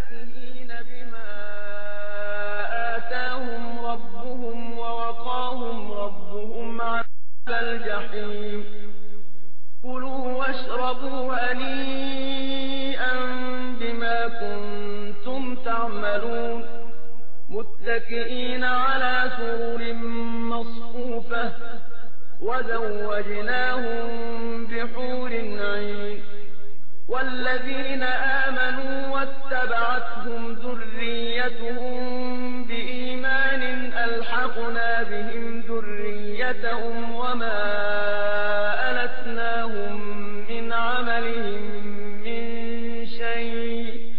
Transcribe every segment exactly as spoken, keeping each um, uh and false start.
فاكهين بما آتاهم ربهم ووقاهم ربهم عذاب الجحيم كلوا واشربوا هنيئا بما كنتم تعملون متكئين على سرر مصفوفة وزوجناهم بحور عين والذين آمنوا واتبعتهم ذريتهم بإيمان ألحقنا بهم ذريتهم وما ألتناهم من عملهم من شيء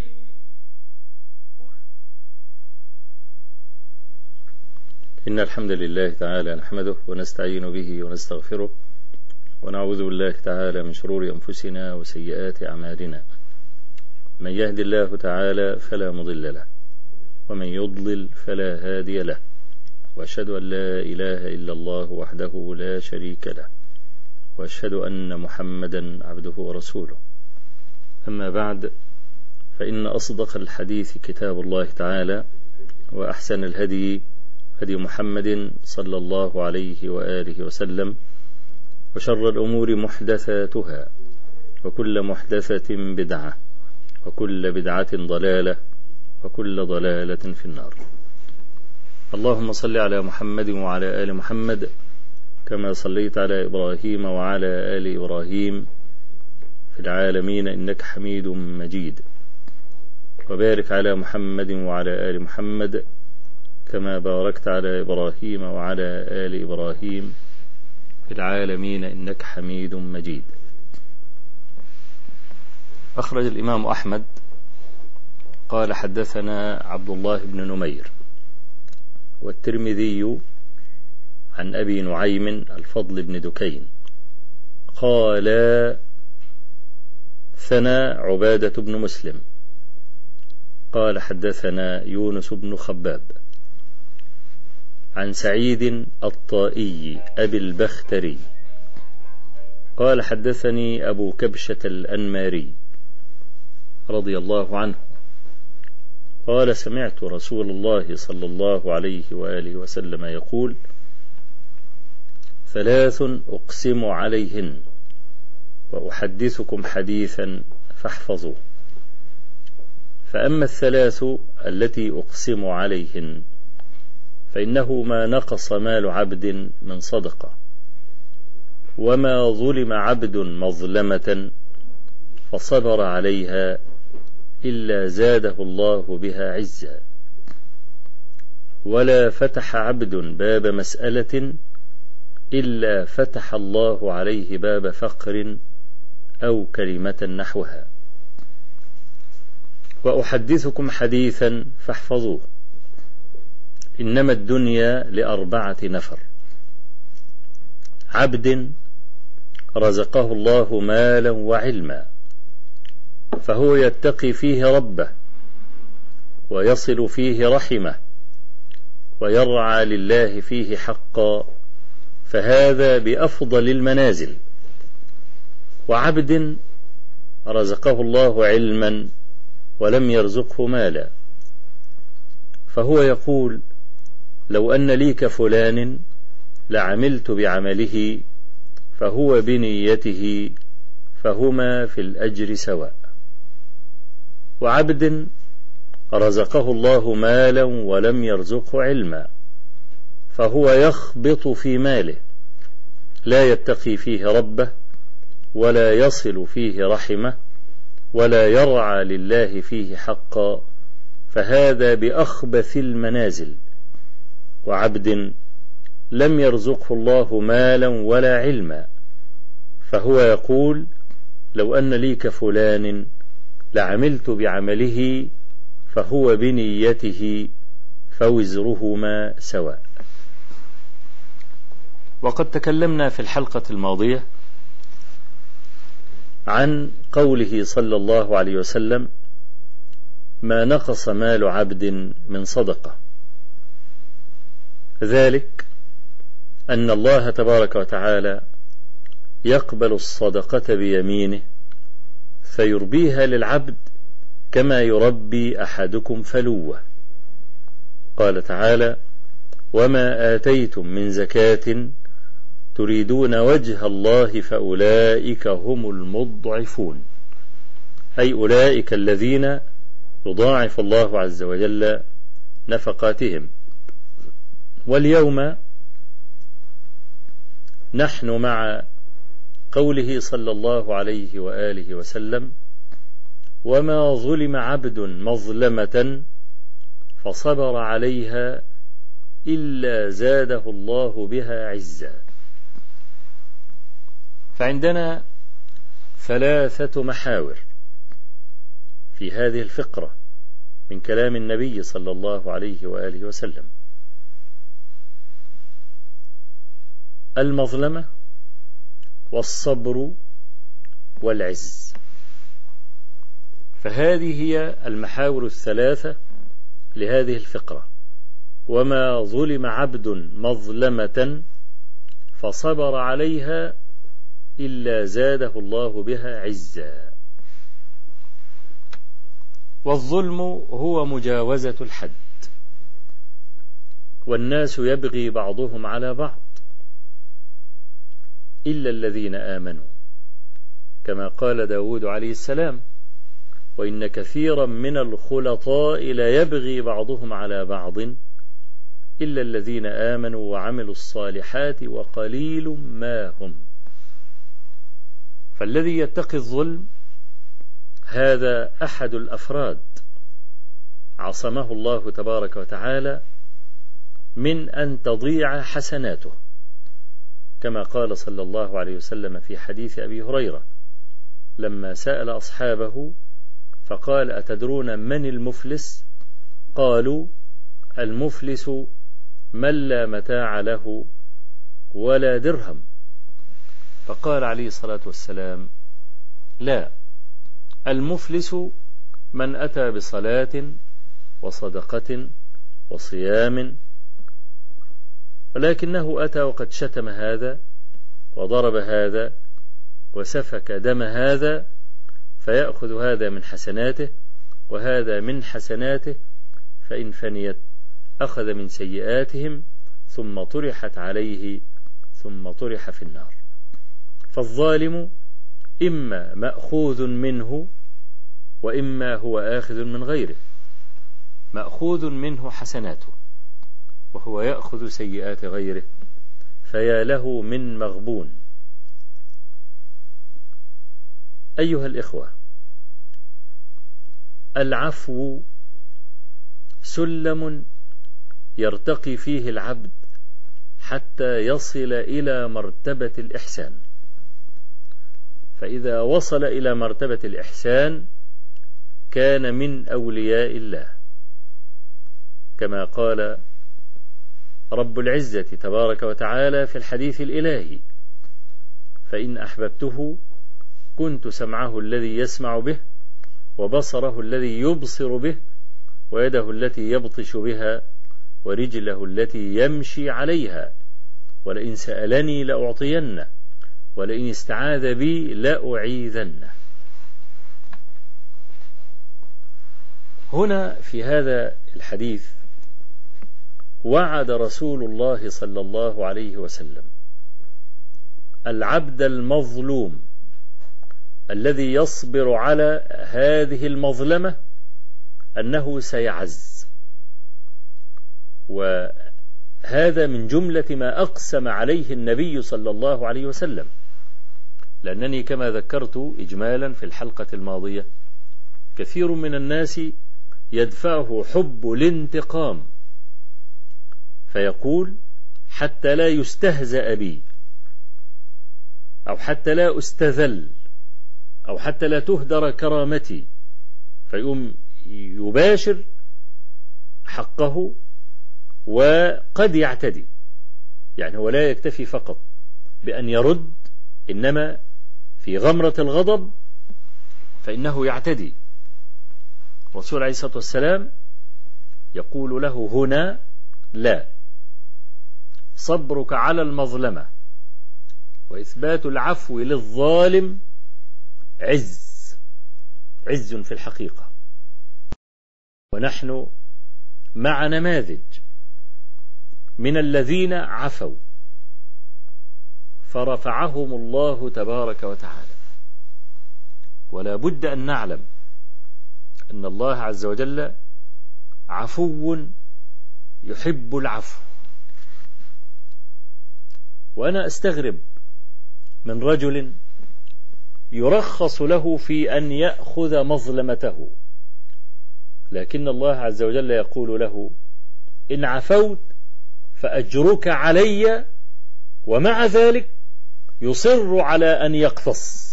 إن الحمد لله تعالى نحمده ونستعين به ونستغفره ونعوذ بالله تعالى من شرور أنفسنا وسيئات أعمالنا من يهد الله تعالى فلا مضل له ومن يضلل فلا هادي له وأشهد أن لا إله إلا الله وحده لا شريك له وأشهد أن محمدا عبده ورسوله أما بعد فإن أصدق الحديث كتاب الله تعالى وأحسن الهدي هدي محمد صلى الله عليه وآله وسلم وشر الأمور محدثاتها وكل محدثة بدعة وكل بدعة ضلالة وكل ضلالة في النار. اللهم صل على محمد وعلى آل محمد كما صليت على إبراهيم وعلى آل إبراهيم في العالمين إنك حميد مجيد وبارك على محمد وعلى آل محمد كما باركت على إبراهيم وعلى آل إبراهيم في العالمين إنك حميد مجيد. أخرج الإمام أحمد قال حدثنا عبد الله بن نمير والترمذي عن أبي نعيم الفضل بن دكين قال ثنى عبادة بن مسلم قال حدثنا يونس بن خباب عن سعيد الطائي أبي البختري قال حدثني أبو كبشة الأنماري رضي الله عنه قال سمعت رسول الله صلى الله عليه وآله وسلم يقول ثلاث أقسم عليهن وأحدثكم حديثا فاحفظوه فأما الثلاث التي أقسم عليهن فإنه ما نقص مال عبد من صدقة وما ظلم عبد مظلمة فصبر عليها إلا زاده الله بها عزا ولا فتح عبد باب مسألة إلا فتح الله عليه باب فقر أو كلمة نحوها وأحدثكم حديثا فاحفظوه إنما الدنيا لأربعة نفر عبد رزقه الله مالا وعلما فهو يتقي فيه ربه ويصل فيه رحمه ويرعى لله فيه حقا فهذا بأفضل المنازل وعبد رزقه الله علما ولم يرزقه مالا فهو يقول لو أن لي كفلان لعملت بعمله فهو بنيته فهما في الأجر سواء وعبد رزقه الله مالا ولم يرزقه علما فهو يخبط في ماله لا يتقي فيه ربه ولا يصل فيه رحمه ولا يرعى لله فيه حقا فهذا بأخبث المنازل وعبد لم يرزقه الله مالا ولا علما فهو يقول لو أن لي كفلان لعملت بعمله فهو بنيته فوزرهما سواء. وقد تكلمنا في الحلقة الماضية عن قوله صلى الله عليه وسلم ما نقص مال عبد من صدقة ذلك أن الله تبارك وتعالى يقبل الصدقة بيمينه فيربيها للعبد كما يربي أحدكم فلوه. قال تعالى: وما آتيتم من زكاة تريدون وجه الله فأولئك هم المضعفون، أي أولئك الذين يضاعف الله عز وجل نفقاتهم. واليوم نحن مع قوله صلى الله عليه وآله وسلم: وما ظلم عبد مظلمة فصبر عليها إلا زاده الله بها عزا. فعندنا ثلاثة محاور في هذه الفقرة من كلام النبي صلى الله عليه وآله وسلم: المظلمة، والصبر، والعز. فهذه هي المحاور الثلاثة لهذه الفقرة. وما ظلم عبد مظلمة فصبر عليها إلا زاده الله بها عزا. والظلم هو مجاوزة الحد، والناس يبغي بعضهم على بعض إلا الذين آمنوا، كما قال داود عليه السلام: وإن كثيرا من الخلطاء لا يبغي بعضهم على بعض إلا الذين آمنوا وعملوا الصالحات وقليل ما هم. فالذي يتقي الظلم هذا أحد الأفراد عصمه الله تبارك وتعالى من أن تضيع حسناته، كما قال صلى الله عليه وسلم في حديث أبي هريرة لما سأل أصحابه فقال: أتدرون من المفلس؟ قالوا: المفلس من لا متاع له ولا درهم. فقال عليه الصلاة والسلام: لا، المفلس من أتى بصلاة وصدقة وصيام، ولكنه أتى وقد شتم هذا وضرب هذا وسفك دم هذا، فيأخذ هذا من حسناته وهذا من حسناته، فإن فنيت أخذ من سيئاتهم ثم طرحت عليه ثم طرح في النار. فالظالم إما مأخوذ منه وإما هو آخذ من غيره. مأخوذ منه حسناته وهو يأخذ سيئات غيره، فيا له من مغبون. أيها الإخوة، العفو سلم يرتقي فيه العبد حتى يصل إلى مرتبة الإحسان، فإذا وصل إلى مرتبة الإحسان كان من أولياء الله، كما قال رب العزة تبارك وتعالى في الحديث الإلهي: فإن أحببته كنت سمعه الذي يسمع به وبصره الذي يبصر به ويده التي يبطش بها ورجله التي يمشي عليها ولئن سألني لأعطينه ولئن استعاذ بي لأعيذنه. هنا في هذا الحديث وعد رسول الله صلى الله عليه وسلم العبد المظلوم الذي يصبر على هذه المظلمة أنه سيعز، وهذا من جملة ما أقسم عليه النبي صلى الله عليه وسلم، لأنني كما ذكرت إجمالا في الحلقة الماضية كثير من الناس يدفعه حب الانتقام، فيقول: حتى لا يستهزأ بي، أو حتى لا أستذل، أو حتى لا تهدر كرامتي، فيقوم يباشر حقه وقد يعتدي. يعني هو لا يكتفي فقط بأن يرد، إنما في غمرة الغضب فإنه يعتدي. الرسول عليه الصلاة والسلام يقول له هنا: لا، صبرك على المظلمة وإثبات العفو للظالم عز، عز في الحقيقة. ونحن مع نماذج من الذين عفوا فرفعهم الله تبارك وتعالى. ولا بد أن نعلم أن الله عز وجل عفو يحب العفو. وأنا أستغرب من رجل يرخص له في أن يأخذ مظلمته، لكن الله عز وجل يقول له: إن عفوت فأجرك علي، ومع ذلك يصر على أن يقتص.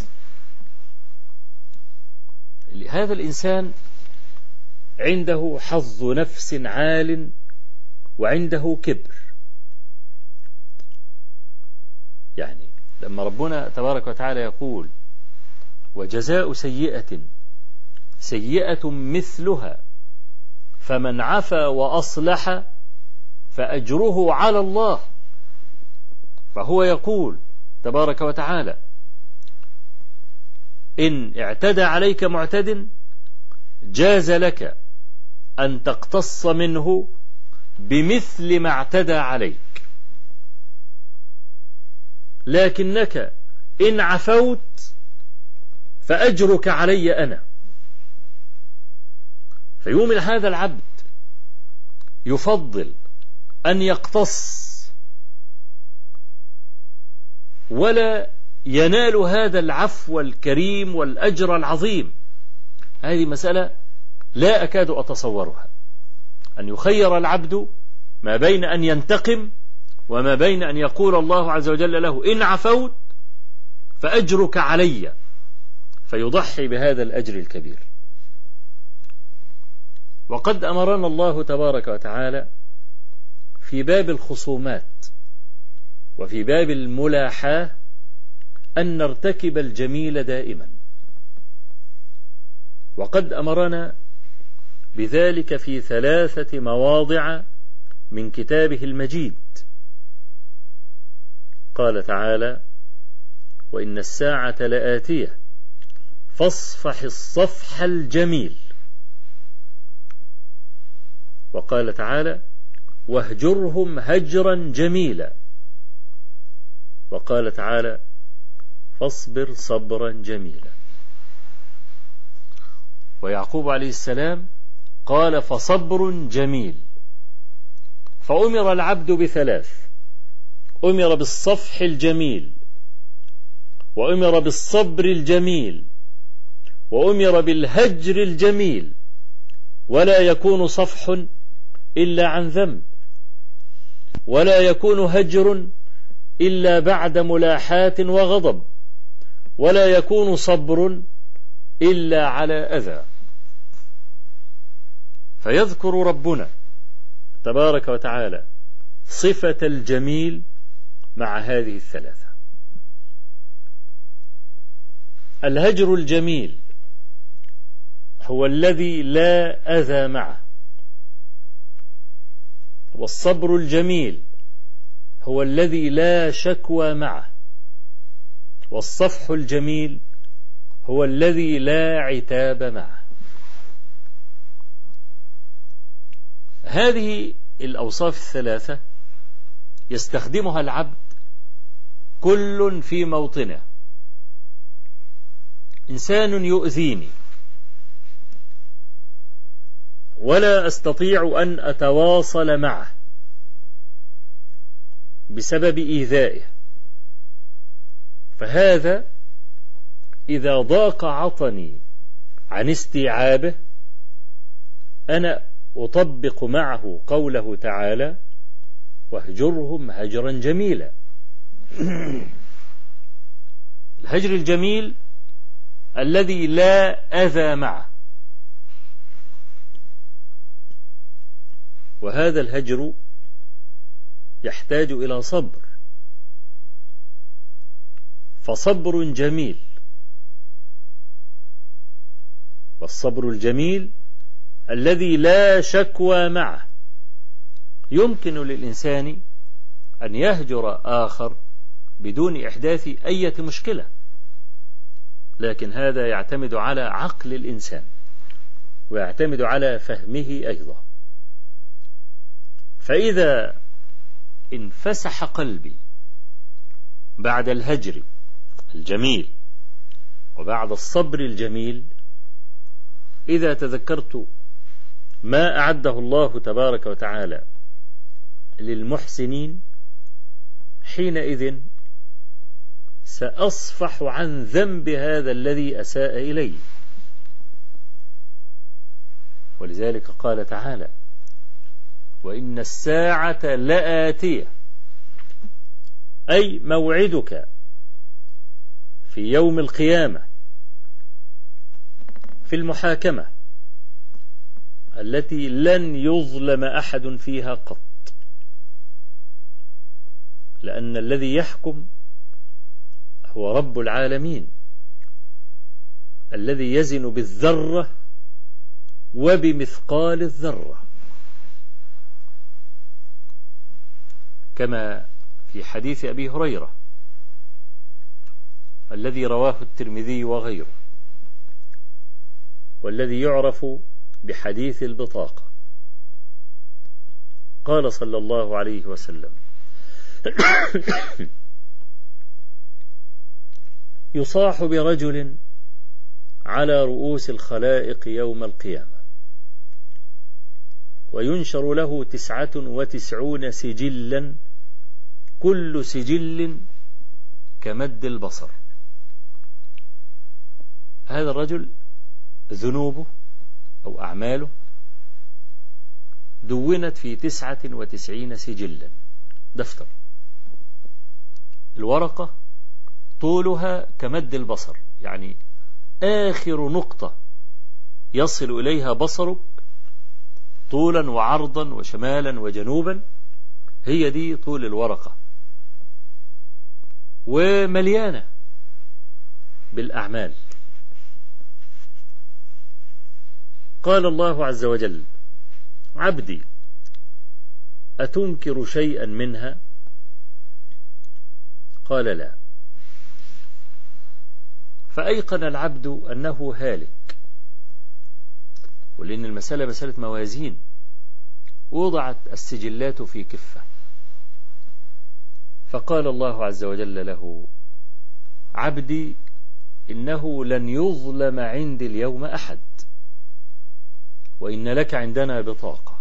هذا الإنسان عنده حظ نفس عال وعنده كبر. يعني لما ربنا تبارك وتعالى يقول: وجزاء سيئة سيئة مثلها فمن عفا وأصلح فأجره على الله، فهو يقول تبارك وتعالى: إن اعتدى عليك معتد جاز لك أن تقتص منه بمثل ما اعتدى عليك، لكنك إن عفوت فأجرك علي أنا. فيوم هذا العبد يفضل أن يقتص ولا ينال هذا العفو الكريم والأجر العظيم. هذه مسألة لا أكاد أتصورها، أن يخير العبد ما بين أن ينتقم وما بين أن يقول الله عز وجل له: إن عفوت فأجرك علي، فيضحي بهذا الأجر الكبير. وقد أمرنا الله تبارك وتعالى في باب الخصومات وفي باب الملاحاة أن نرتكب الجميل دائما، وقد أمرنا بذلك في ثلاثة مواضع من كتابه المجيد. قال تعالى: وإن الساعة لآتية فاصفح الصفح الجميل. وقال تعالى: واهجرهم هجرا جميلا. وقال تعالى: فاصبر صبرا جميلا. ويعقوب عليه السلام قال: فصبر جميل. فأمر العبد بثلاث: أمر بالصفح الجميل، وأمر بالصبر الجميل، وأمر بالهجر الجميل. ولا يكون صفح إلا عن ذنب، ولا يكون هجر إلا بعد ملاحاة وغضب، ولا يكون صبر إلا على أذى. فيذكر ربنا تبارك وتعالى صفة الجميل مع هذه الثلاثة. الهجر الجميل هو الذي لا أذى معه، والصبر الجميل هو الذي لا شكوى معه، والصفح الجميل هو الذي لا عتاب معه. هذه الأوصاف الثلاثة يستخدمها العبد كل في موطنه. إنسان يؤذيني ولا أستطيع أن أتواصل معه بسبب إيذائه، فهذا إذا ضاق عطني عن استيعابه أنا أطبق معه قوله تعالى: واهجرهم هجرا جميلا. الهجر الجميل الذي لا أذى معه، وهذا الهجر يحتاج إلى صبر، فصبر جميل. والصبر الجميل الذي لا شكوى معه. يمكن للإنسان أن يهجر آخر بدون إحداث أي مشكلة، لكن هذا يعتمد على عقل الإنسان. ويعتمد على فهمه أيضا. فإذا انفسح قلبي بعد الهجر الجميل وبعد الصبر الجميل، إذا تذكرت ما أعده الله تبارك وتعالى للمحسنين، حينئذ سأصفح عن ذنب هذا الذي أساء إلي. ولذلك قال تعالى: وإن الساعة لآتية، أي موعدك في يوم القيامة في المحاكمة التي لن يظلم أحد فيها قط، لأن الذي يحكم هو رب العالمين الذي يزن بالذرة وبمثقال الذرة، كما في حديث أبي هريرة الذي رواه الترمذي وغيره، والذي يعرف بحديث البطاقة. قال صلى الله عليه وسلم: يصاح برجل على رؤوس الخلائق يوم القيامة، وينشر له تسعة وتسعون سجلا، كل سجل كمد البصر. هذا الرجل ذنوبه أو أعماله دونت في تسعة وتسعين سجلا، دفتر. الورقة طولها كمد البصر، يعني آخر نقطة يصل إليها بصرك طولا وعرضا وشمالا وجنوبا، هي دي طول الورقة، ومليانة بالأعمال. قال الله عز وجل: عبدي أتنكر شيئا منها؟ قال: لا. فأيقن العبد أنه هالك، ولأن المسألة مسألة موازين، وضعت السجلات في كفة. فقال الله عز وجل له: عبدي إنه لن يظلم عندي اليوم أحد، وإن لك عندنا بطاقة.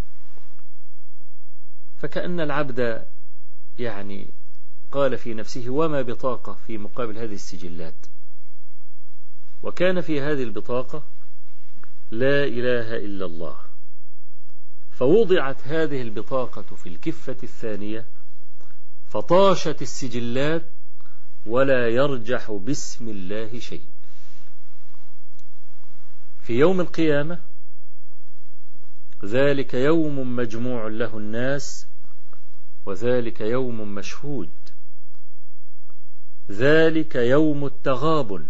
فكأن العبد يعني قال في نفسه: وما بطاقة في مقابل هذه السجلات؟ وكان في هذه البطاقة لا إله إلا الله. فوضعت هذه البطاقة في الكفة الثانية، فطاشت السجلات ولا يرجح باسم الله شيء. في يوم القيامة ذلك يوم مجموع له الناس، وذلك يوم مشهود، ذلك يوم التغابن،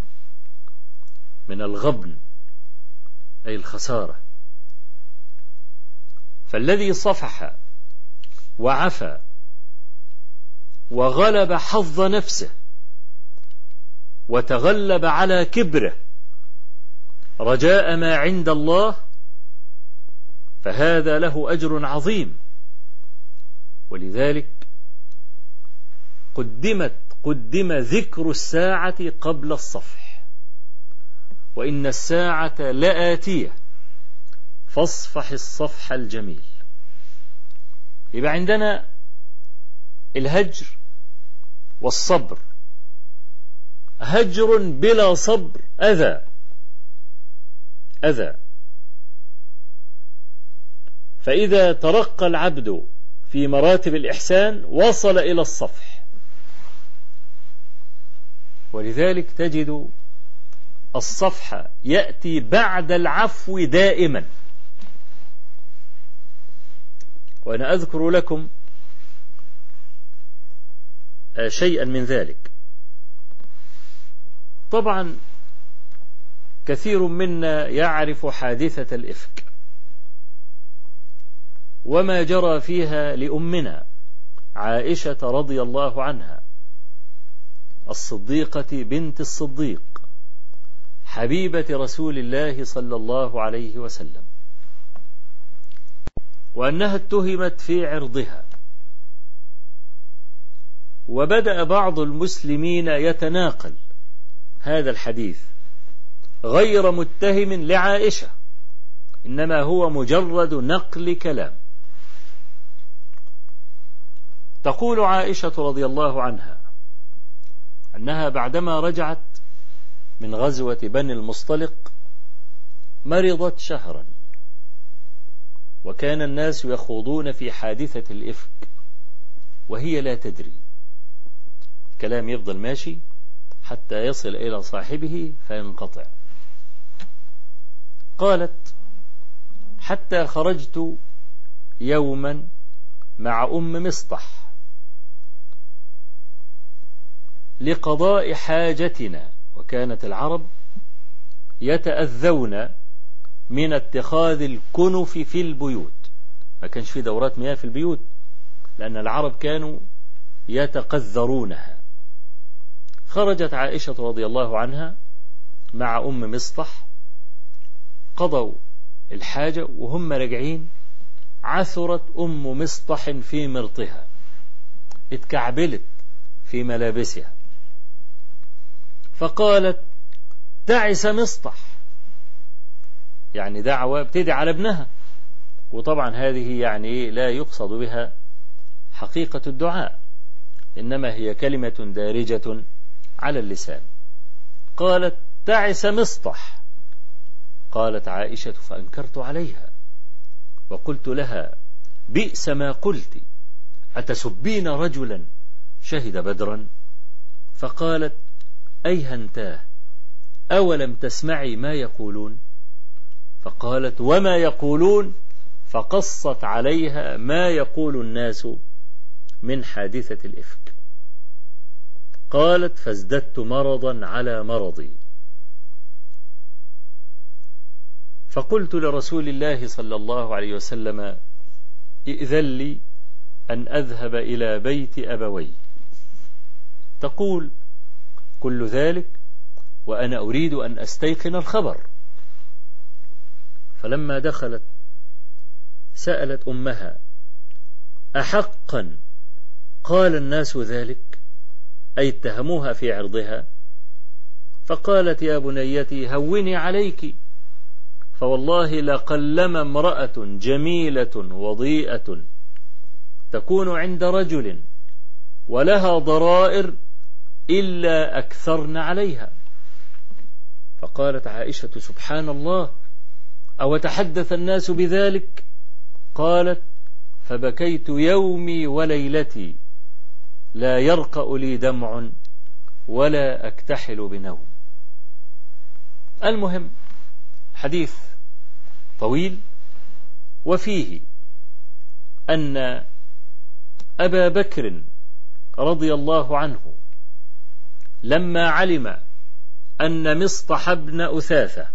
من الغبن أي الخسارة. فالذي صفح وعفى وغلب حظ نفسه وتغلب على كبره رجاء ما عند الله، فهذا له أجر عظيم. ولذلك قدمت قدم ذكر الساعة قبل الصفح، وإن الساعة لآتية فاصفح الصفح الجميل. يبقى عندنا الهجر والصبر. هجر بلا صبر أذى أذى فإذا ترقى العبد في مراتب الإحسان وصل إلى الصفح. ولذلك تجد الصفح يأتي بعد العفو دائما. وأنا أذكر لكم شيئا من ذلك. طبعا كثير منا يعرف حادثة الإفك وما جرى فيها لأمنا عائشة رضي الله عنها الصديقة بنت الصديق، حبيبة رسول الله صلى الله عليه وسلم، وأنها اتهمت في عرضها. وبدأ بعض المسلمين يتناقل هذا الحديث غير متهم لعائشة، إنما هو مجرد نقل كلام. تقول عائشة رضي الله عنها أنها بعدما رجعت من غزوة بني المصطلق مرضت شهرا، وكان الناس يخوضون في حادثة الإفك وهي لا تدري. الكلام يفضل ماشي حتى يصل إلى صاحبه فينقطع. قالت: حتى خرجت يوما مع أم مصطح لقضاء حاجتنا، وكانت العرب يتأذون من اتخاذ الكنف في البيوت، ما كانش في دورات مياه في البيوت لأن العرب كانوا يتقذرونها. خرجت عائشة رضي الله عنها مع أم مصطح، قضوا الحاجة وهم راجعين عثرت أم مصطح في مرطها، اتكعبلت في ملابسها، فقالت: تعس مصطح، يعني دعوة بتدعي على ابنها، وطبعا هذه يعني لا يقصد بها حقيقة الدعاء، إنما هي كلمة دارجة على اللسان. قالت: تعس مصطح. قالت عائشة: فأنكرت عليها وقلت لها: بئس ما قلت، أتسبين رجلا شهد بدرا؟ فقالت: أيهنتاه، أولم تسمعي ما يقولون؟ فقالت: وما يقولون؟ فقصت عليها ما يقول الناس من حادثة الإفك. قالت: فازددت مرضا على مرضي، فقلت لرسول الله صلى الله عليه وسلم: ائذن لي أن أذهب إلى بيت أبوي. تقول: كل ذلك وأنا أريد أن أستيقن الخبر. فلما دخلت سألت أمها: أحقا قال الناس ذلك؟ أي اتهموها في عرضها. فقالت: يا بنيتي هوني عليك، فوالله لقلما امرأة جميلة وضيئة تكون عند رجل ولها ضرائر إلا أكثرن عليها. فقالت عائشة: سبحان الله، أو تحدث الناس بذلك؟ قالت: فبكيت يومي وليلتي لا يرقأ لي دمع ولا أكتحل بنوم. المهم، حديث طويل، وفيه أن أبا بكر رضي الله عنه لما علم أن مصطح بن أثاثة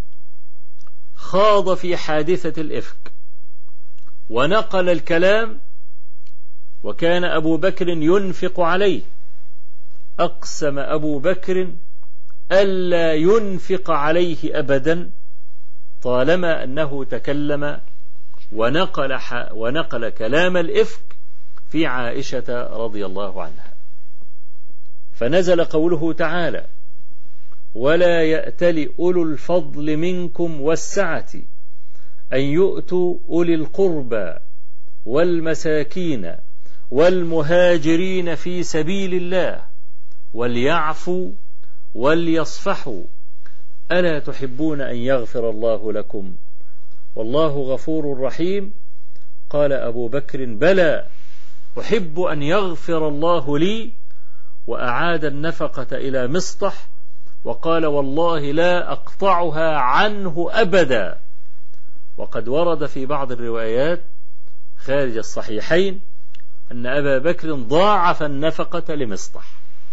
خاض في حادثة الإفك ونقل الكلام، وكان أبو بكر ينفق عليه، أقسم أبو بكر ألا ينفق عليه أبدا طالما أنه تكلم ونقل, ونقل كلام الإفك في عائشة رضي الله عنها. فنزل قوله تعالى: ولا يأتل أولو الفضل منكم والسعة أن يؤتوا أولي القربى والمساكين والمهاجرين في سبيل الله وليعفوا وليصفحوا ألا تحبون أن يغفر الله لكم والله غفور رحيم. قال أبو بكر: بلى، أحب أن يغفر الله لي، وأعاد النفقة إلى مصطح وقال: والله لا أقطعها عنه أبدا. وقد ورد في بعض الروايات خارج الصحيحين أن أبا بكر ضاعف النفقة لمصطح.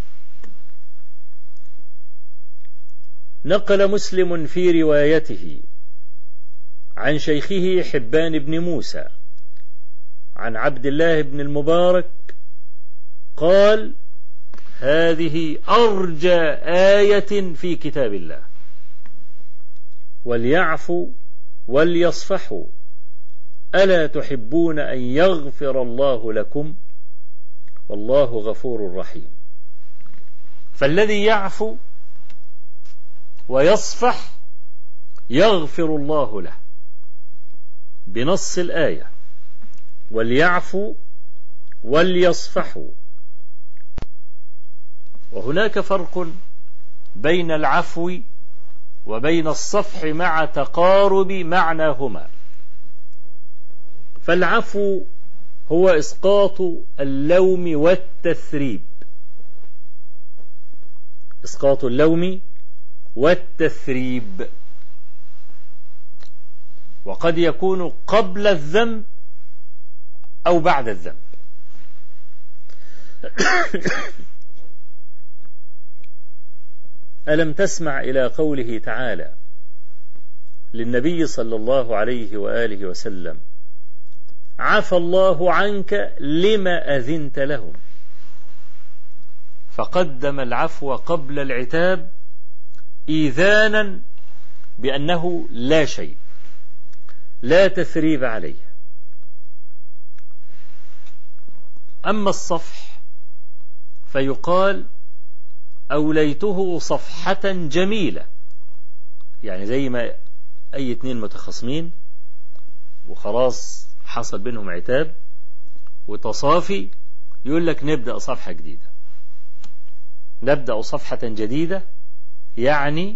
نقل مسلم في روايته عن شيخه حبان بن موسى عن عبد الله بن المبارك قال: هذه أرجى آية في كتاب الله. وليعفوا وليصفحوا ألا تحبون أن يغفر الله لكم والله غفور رحيم. فالذي يعفو ويصفح يغفر الله له بنص الآية، وليعفوا وليصفحوا. وهناك فرق بين العفو وبين الصفح مع تقارب معناهما. فالعفو هو إسقاط اللوم والتثريب، إسقاط اللوم والتثريب، وقد يكون قبل الذنب أو بعد الذنب. ألم تسمع إلى قوله تعالى للنبي صلى الله عليه وآله وسلم: عفى الله عنك لما أذنت لهم. فقدم العفو قبل العتاب إيذانا بأنه لا شيء، لا تثريب عليه. أما الصفح فيقال أوليته صفحة جميلة، يعني زي ما أي اتنين متخاصمين وخلاص حصل بينهم عتاب وتصافي، يقول لك نبدأ صفحة جديدة، نبدأ صفحة جديدة، يعني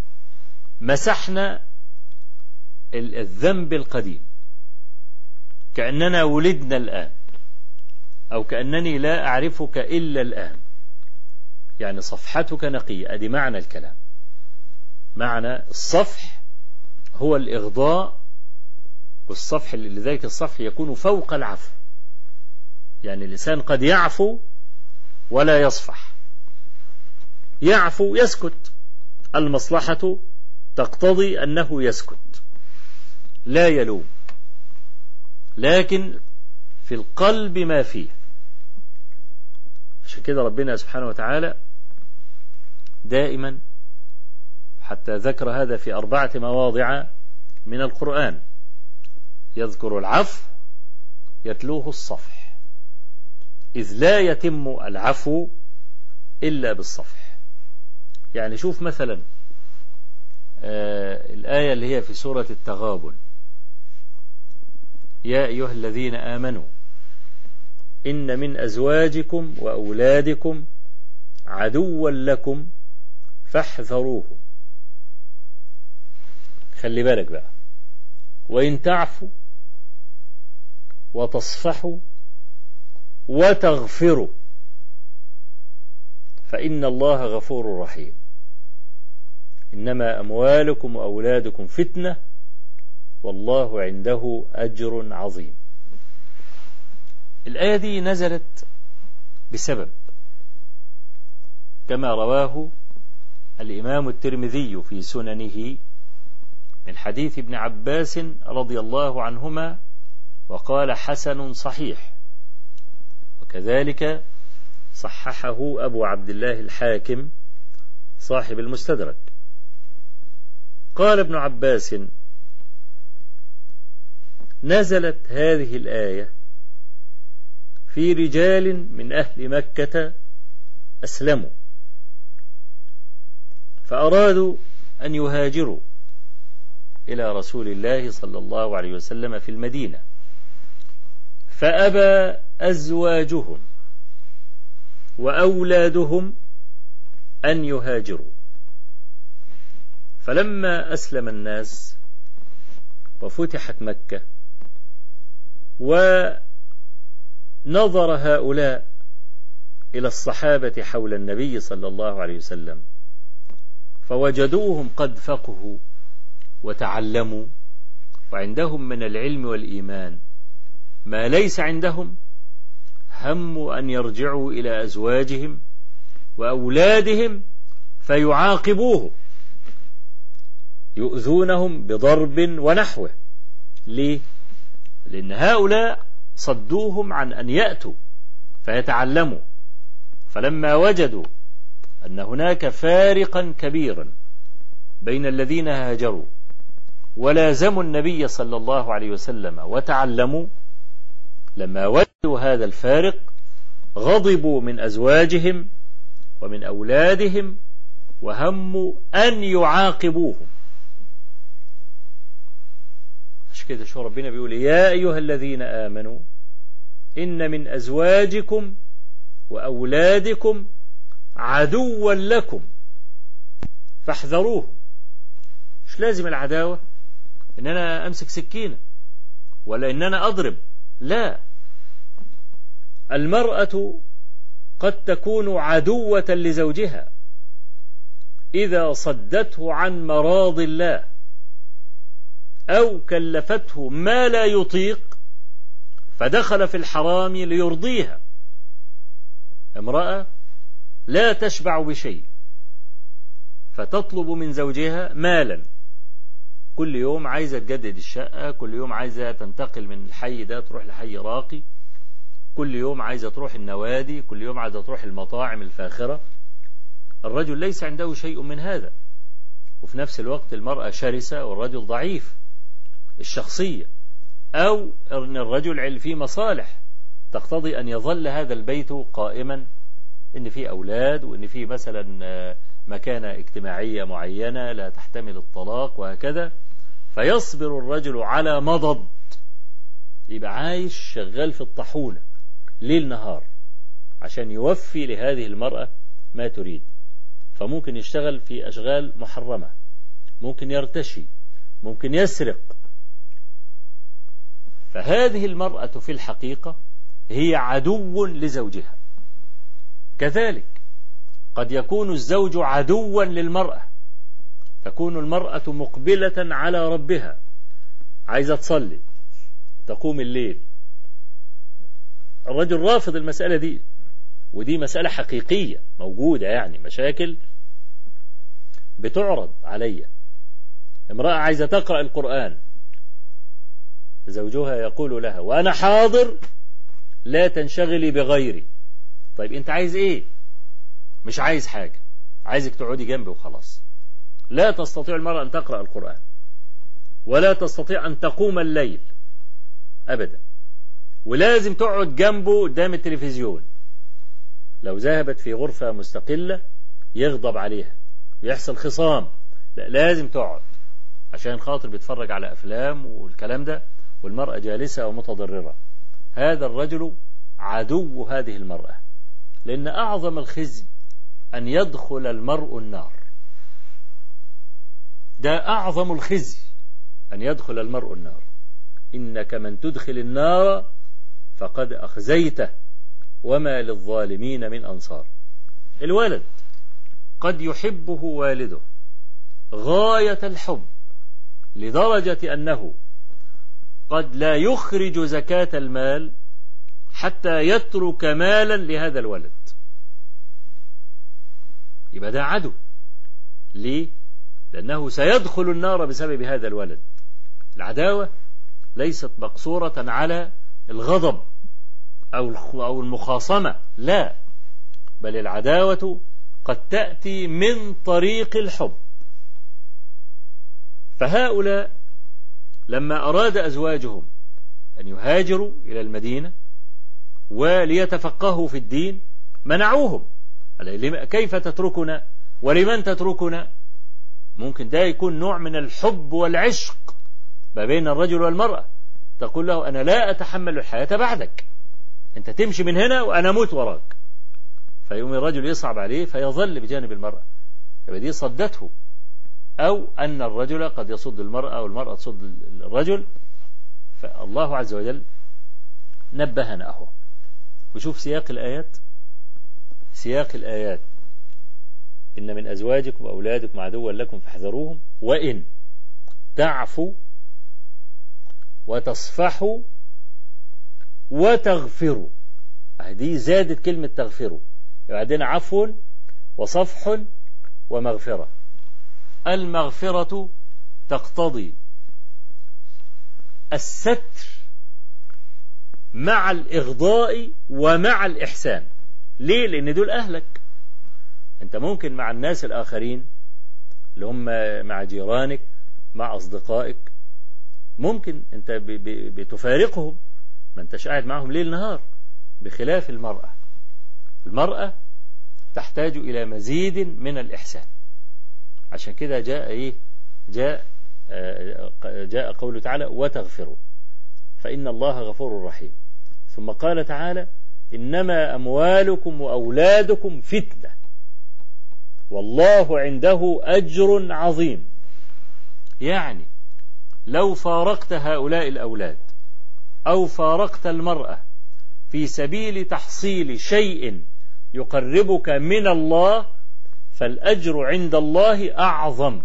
مسحنا الذنب القديم كأننا ولدنا الآن، أو كأنني لا أعرفك إلا الآن، يعني صفحتك نقية. أدي معنى الكلام. معنى الصفح هو الإغضاء، والصفح لذلك الصفح يكون فوق العفو، يعني الإنسان قد يعفو ولا يصفح. يعفو يسكت، المصلحة تقتضي أنه يسكت لا يلوم، لكن في القلب ما فيه. عشان كده ربنا سبحانه وتعالى دائما حتى ذكر هذا في أربعة مواضع من القرآن، يذكر العفو يتلوه الصفح، إذ لا يتم العفو إلا بالصفح. يعني شوف مثلا آه الآية اللي هي في سورة التغابن: يا أيها الذين آمنوا إن من أزواجكم وأولادكم عدوا لكم فاحذروه. خلي بالك بقى، وإن تعفوا وتصفحوا وتغفروا فإن الله غفور رحيم. إنما أموالكم وأولادكم فتنة والله عنده أجر عظيم. الآية دي نزلت بسبب، كما رواه الإمام الترمذي في سننه من حديث ابن عباس رضي الله عنهما، وقال حسن صحيح، وكذلك صححه أبو عبد الله الحاكم صاحب المستدرك. قال ابن عباس: نزلت هذه الآية في رجال من أهل مكة أسلموا فأرادوا أن يهاجروا إلى رسول الله صلى الله عليه وسلم في المدينة، فأبى أزواجهم وأولادهم أن يهاجروا. فلما أسلم الناس وفتحت مكة ونظر هؤلاء إلى الصحابة حول النبي صلى الله عليه وسلم فوجدوهم قد فقهوا وتعلموا وعندهم من العلم والإيمان ما ليس عندهم، هموا أن يرجعوا إلى أزواجهم وأولادهم فيعاقبوه، يؤذونهم بضرب ونحوه. ليه؟ لأن هؤلاء صدوهم عن أن يأتوا فيتعلموا، فلما وجدوا أن هناك فارقا كبيرا بين الذين هاجروا ولازموا النبي صلى الله عليه وسلم وتعلموا، لما وجدوا هذا الفارق غضبوا من أزواجهم ومن أولادهم وهموا أن يعاقبوهم. مش كده شو ربنا بيقول يا أيها الذين آمنوا إن من أزواجكم وأولادكم عدوا لكم فاحذروه. مش لازم العداوة إن أنا أمسك سكينة ولا إن أنا أضرب، لا، المرأة قد تكون عدوة لزوجها إذا صدته عن مراض الله أو كلفته ما لا يطيق فدخل في الحرام ليرضيها. امرأة لا تشبع بشيء فتطلب من زوجها مالا، كل يوم عايزة تجدد الشقة، كل يوم عايزة تنتقل من الحي ده تروح لحي راقي، كل يوم عايزة تروح النوادي، كل يوم عايزة تروح المطاعم الفاخرة. الرجل ليس عنده شيء من هذا، وفي نفس الوقت المرأة شرسة والرجل ضعيف الشخصية، أو أن الرجل فيه مصالح تقتضي أن يظل هذا البيت قائما، إن فيه أولاد وإن فيه مثلا مكانة اجتماعية معينة لا تحتمل الطلاق وهكذا، فيصبر الرجل على مضض، يبقى عايش شغال في الطحونة ليل نهار عشان يوفي لهذه المرأة ما تريد. فممكن يشتغل في أشغال محرمة، ممكن يرتشي، ممكن يسرق. فهذه المرأة في الحقيقة هي عدو لزوجها. كذلك قد يكون الزوج عدوا للمرأة، تكون المرأة مقبلة على ربها، عايزة تصلي، تقوم الليل، الرجل رافض المسألة دي، ودي مسألة حقيقية موجودة، يعني مشاكل بتعرض علي. امرأة عايزة تقرأ القرآن، زوجها يقول لها وأنا حاضر لا تنشغلي بغيري. طيب أنت عايز إيه؟ مش عايز حاجة، عايزك تقعدي جنبي وخلاص. لا تستطيع المرأة أن تقرأ القرآن ولا تستطيع أن تقوم الليل أبدا، ولازم تقعد جنبه قدام التلفزيون. لو ذهبت في غرفة مستقلة يغضب عليها ويحصل خصام، لا، لازم تقعد عشان خاطر بيتفرج على أفلام والكلام ده، والمرأة جالسة ومتضررة. هذا الرجل عدو هذه المرأة، لأن أعظم الخزي أن يدخل المرء النار. ده أعظم الخزي أن يدخل المرء النار. إنك من تدخل النار فقد أخزيته وما للظالمين من أنصار. الولد قد يحبه والده غاية الحب لدرجة أنه قد لا يخرج زكاة المال حتى يترك مالا لهذا الولد، يبقى ده عدو. ليه؟ لأنه سيدخل النار بسبب هذا الولد. العداوة ليست مقصورة على الغضب أو المخاصمة، لا، بل العداوة قد تأتي من طريق الحب. فهؤلاء لما أراد أزواجهم أن يهاجروا إلى المدينة وليتفقهوا في الدين منعوهم. كيف تتركنا ولمن تتركنا؟ ممكن ده يكون نوع من الحب والعشق ما بين الرجل والمرأة، تقول له أنا لا أتحمل الحياة بعدك، أنت تمشي من هنا وأنا أموت وراك. فيوم الرجل يصعب عليه فيظل بجانب المرأة، يبقى دي صدته. أو أن الرجل قد يصد المرأة والمرأة تصد الرجل. فالله عز وجل نبهنا أهو. وشوف سياق الآيات، سياق الآيات إن من أزواجكم وأولادكم عدوا لكم فاحذروهم وإن تعفوا وتصفحوا وتغفروا. هذه زادت كلمة تغفروا، يبقى عندنا عفو وصفح ومغفرة. المغفرة تقتضي الستر مع الإغضاء ومع الإحسان. ليه؟ لأن دول أهلك. أنت ممكن مع الناس الآخرين اللي هم مع جيرانك، مع أصدقائك، ممكن أنت بتفارقهم، ما أنتش قاعد معهم ليل نهار، بخلاف المرأة. المرأة تحتاج إلى مزيد من الإحسان. عشان كده جاء إيه جاء جاء قوله تعالى وتغفروا فإن الله غفور رحيم. ثم قال تعالى إنما أموالكم وأولادكم فتنة والله عنده أجر عظيم. يعني لو فارقت هؤلاء الأولاد أو فارقت المرأة في سبيل تحصيل شيء يقربك من الله فالأجر عند الله أعظم.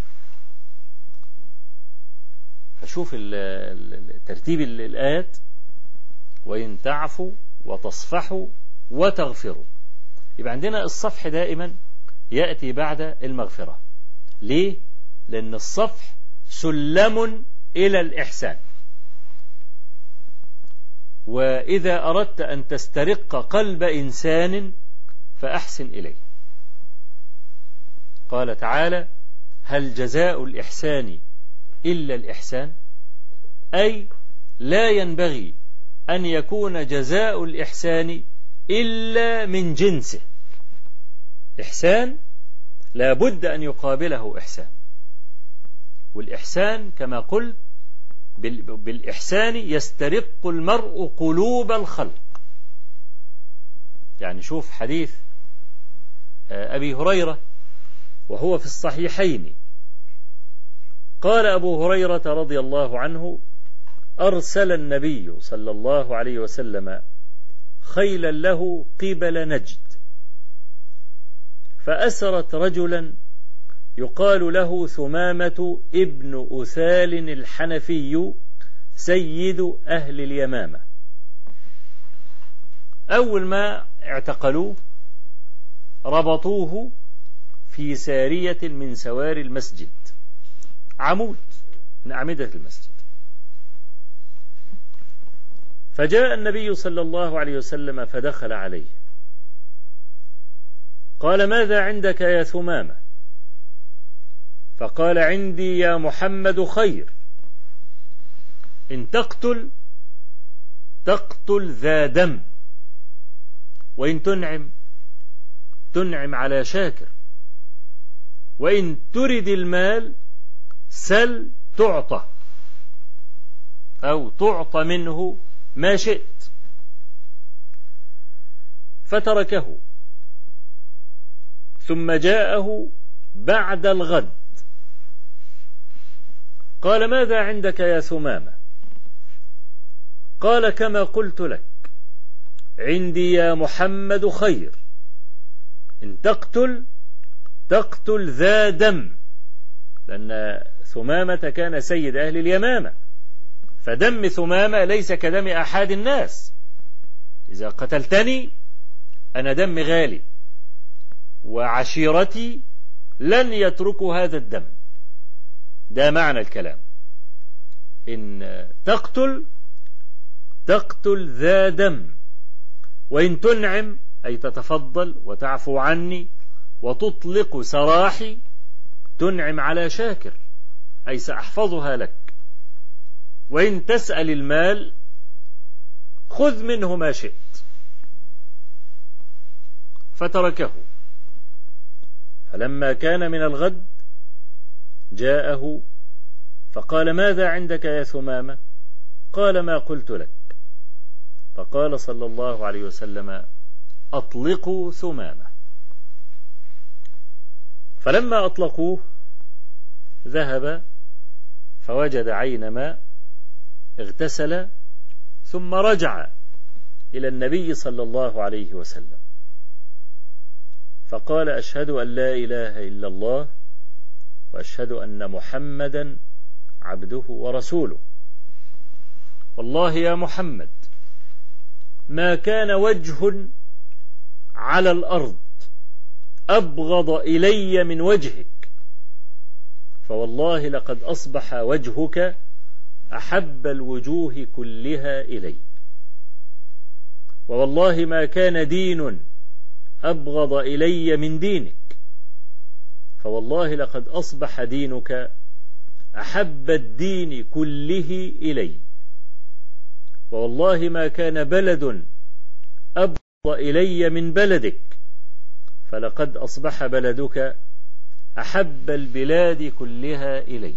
فشوف ترتيب الآيات، وإن تعفوا وتصفحوا وتغفروا. يبقى عندنا الصفح دائما يأتي بعد المغفرة. ليه؟ لأن الصفح سلم إلى الإحسان، وإذا أردت أن تسترق قلب إنسان فأحسن إليه. قال تعالى هل جزاء الإحسان إلا الإحسان، أي لا ينبغي أن يكون جزاء الإحسان إلا من جنسه. إحسان لا بد أن يقابله إحسان، والإحسان كما قلت بالإحسان يسترق المرء قلوب الخلق. يعني شوف حديث أبي هريرة وهو في الصحيحين، قال أبو هريرة رضي الله عنه أرسل النبي صلى الله عليه وسلم خيلا له قبل نجد فأسرت رجلا يقال له ثمامة ابن أثال الحنفي سيد أهل اليمامة. أول ما اعتقلوه ربطوه في سارية من سواري المسجد، عمود من أعمدة المسجد. فجاء النبي صلى الله عليه وسلم فدخل عليه قال ماذا عندك يا ثمامة؟ فقال عندي يا محمد خير، إن تقتل تقتل ذا دم، وإن تنعم تنعم على شاكر، وإن ترد المال سل تعطى أو تعطى منه ما شئت. فتركه ثم جاءه بعد الغد قال ماذا عندك يا ثمامة؟ قال كما قلت لك عندي يا محمد خير، إن تقتل تقتل ذا دم، لأن ثمامة كان سيد أهل اليمامة، فدم ثمامة ليس كدم أحد الناس. إذا قتلتني أنا دم غالي وعشيرتي لن يتركوا هذا الدم. ده معنى الكلام، إن تقتل تقتل ذا دم، وإن تنعم أي تتفضل وتعفو عني وتطلق سراحي تنعم على شاكر أي سأحفظها لك، وإن تسأل المال خذ منه ما شئت. فتركه. فلما كان من الغد جاءه فقال ماذا عندك يا ثمامة؟ قال ما قلت لك. فقال صلى الله عليه وسلم أطلقوا ثمامة. فلما أطلقوه ذهب فوجد عين ماء اغتسل ثم رجع إلى النبي صلى الله عليه وسلم فقال أشهد أن لا إله إلا الله وأشهد أن محمدا عبده ورسوله. والله يا محمد ما كان وجه على الأرض أبغض إلي من وجهك، فوالله لقد أصبح وجهك أحب الوجوه كلها إلي، ووالله ما كان دين أبغض إلي من دينك، فوالله لقد أصبح دينك أحب الدين كله إلي، والله ما كان بلد أبغض إلي من بلدك، فلقد أصبح بلدك أحب البلاد كلها إلي.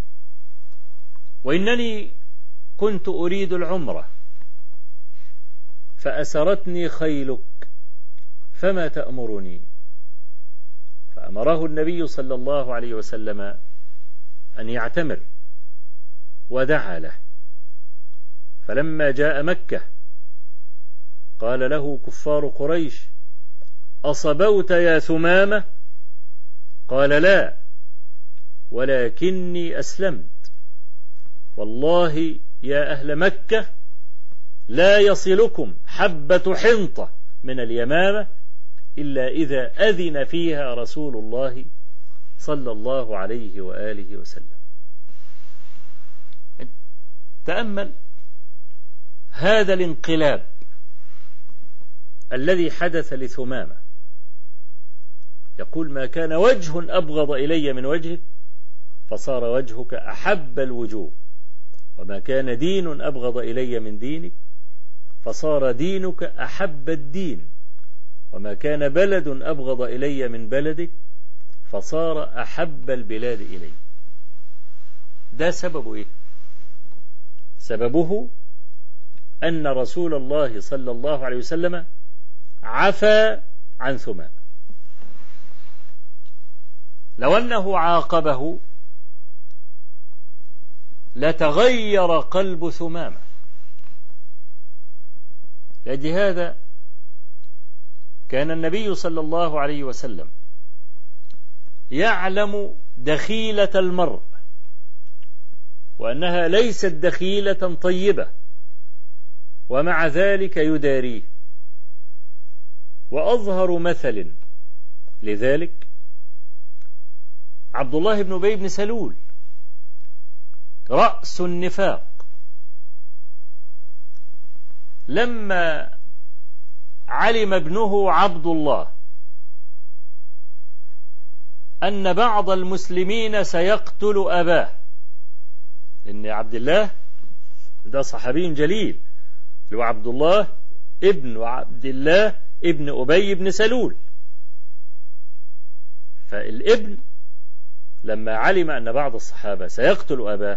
وإنني كنت أريد العمرة فأسرتني خيلك، فما تأمرني؟ فأمره النبي صلى الله عليه وسلم أن يعتمر، ودعا له. فلما جاء مكة قال له كفار قريش: أصبوت يا ثمامة؟ قال: لا، ولكني أسلمت. والله يا أهل مكة لا يصلكم حبة حنطة من اليمامة إلا إذا أذن فيها رسول الله صلى الله عليه وآله وسلم. تأمل هذا الانقلاب الذي حدث لثمامة، يقول: ما كان وجه أبغض إلي من وجهك فصار وجهك أحب الوجوه، وما كان دين أبغض إلي من دينك فصار دينك أحب الدين، وما كان بلد أبغض إلي من بلدك فصار أحب البلاد إلي. ده سببه إيه؟ سببه أن رسول الله صلى الله عليه وسلم عفى عن ثمامة. لو أنه عاقبه لتغير قلب ثمامة. لأجل هذا كان النبي صلى الله عليه وسلم يعلم دخيلة المرء وأنها ليست دخيلة طيبة، ومع ذلك يداريه. وأظهر مثل لذلك عبد الله بن أبي بن سلول رأس النفاق، لما علم ابنه عبد الله أن بعض المسلمين سيقتل أباه، لأن عبد الله ده صحابي جليل، اللي هو عبد الله ابن عبد الله ابن أبي بن سلول. فالابن لما علم أن بعض الصحابة سيقتل أباه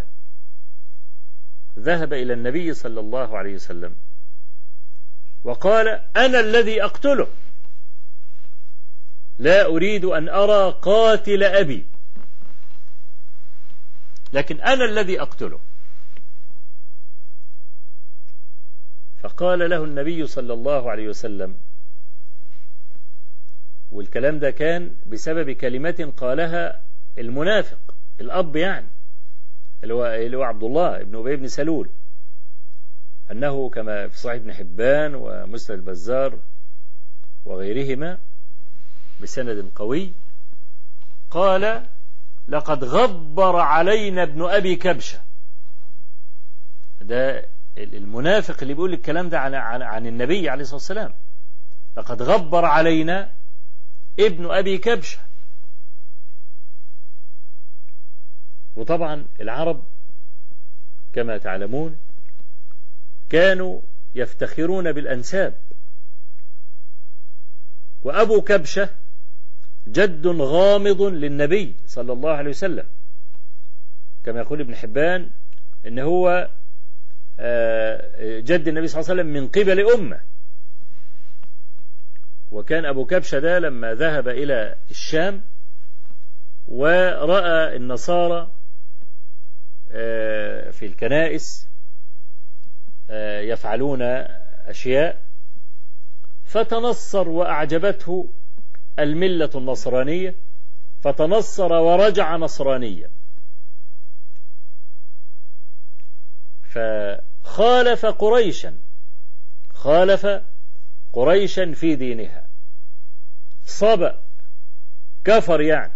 ذهب إلى النبي صلى الله عليه وسلم وقال: أنا الذي أقتله، لا أريد أن أرى قاتل أبي، لكن أنا الذي أقتله. فقال له النبي صلى الله عليه وسلم، والكلام ده كان بسبب كلمة قالها المنافق الأب، يعني اللي هو اللي هو عبد الله ابن أبي بن سلول، أنه كما في صحيح ابن حبان ومسند البزار وغيرهما بسند قوي قال: لقد غبر علينا ابن أبي كبشة. ده المنافق اللي بيقول الكلام ده عن, عن, عن النبي عليه الصلاة والسلام. لقد غبر علينا ابن أبي كبشة. وطبعا العرب كما تعلمون كانوا يفتخرون بالأنساب، وأبو كبشة جد غامض للنبي صلى الله عليه وسلم، كما يقول ابن حبان إن هو جد النبي صلى الله عليه وسلم من قبل أمه. وكان أبو كبشة ده لما ذهب إلى الشام ورأى النصارى في الكنائس يفعلون أشياء فتنصر وأعجبته الملة النصرانية، فتنصر ورجع نصرانيا، فخالف قريشا خالف قريشا في دينها، صبأ كفر يعني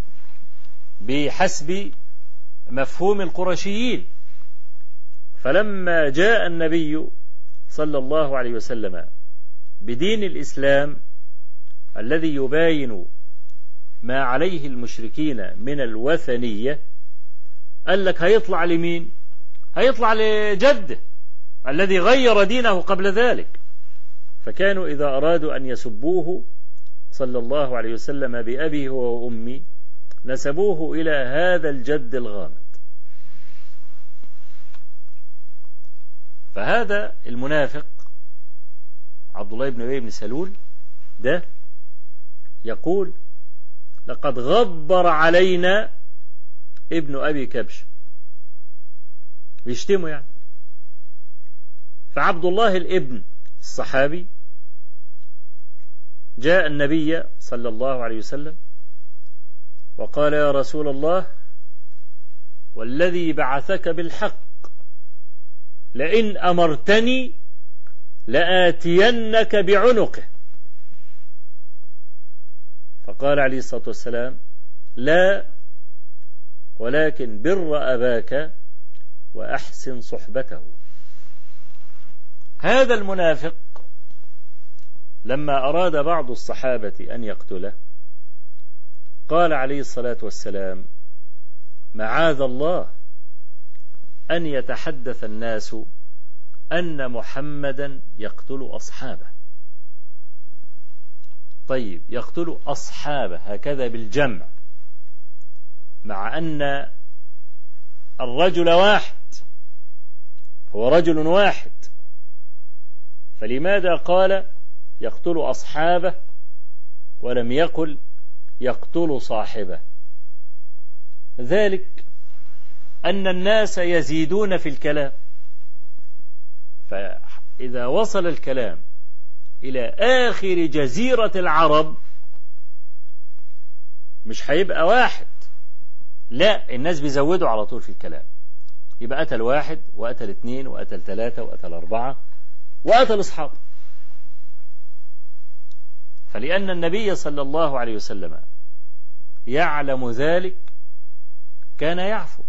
بحسب مفهوم القرشيين. فلما جاء النبي صلى الله عليه وسلم بدين الإسلام الذي يباين ما عليه المشركين من الوثنية، قال لك هيطلع لمين؟ هيطلع لجده الذي غير دينه قبل ذلك. فكانوا إذا أرادوا أن يسبوه صلى الله عليه وسلم بأبيه وأمي نسبوه إلى هذا الجد الغامض. فهذا المنافق عبد الله بن أبي بن سلول ده يقول لقد غبر علينا ابن أبي كبش، بيشتموا يعني. فعبد الله الابن الصحابي جاء النبي صلى الله عليه وسلم وقال يا رسول الله والذي بعثك بالحق لئن أمرتني لآتينك بعنقه. فقال عليه الصلاة والسلام لا، ولكن بر أباك وأحسن صحبته. هذا المنافق لما أراد بعض الصحابة أن يقتله قال عليه الصلاة والسلام معاذ الله أن يتحدث الناس أن محمدا يقتل أصحابه. طيب يقتل أصحابه هكذا بالجمع مع أن الرجل واحد، هو رجل واحد، فلماذا قال يقتل أصحابه ولم يقل يقتل صاحبه؟ ذلك أن الناس يزيدون في الكلام، فإذا وصل الكلام إلى آخر جزيرة العرب مش هيبقى واحد، لا، الناس بيزودوا على طول في الكلام، يبقى قتل واحد وقتل اثنين وقتل ثلاثة وقتل أربعة وقتل أصحاب. فلأن النبي صلى الله عليه وسلم يعلم ذلك كان يعفو،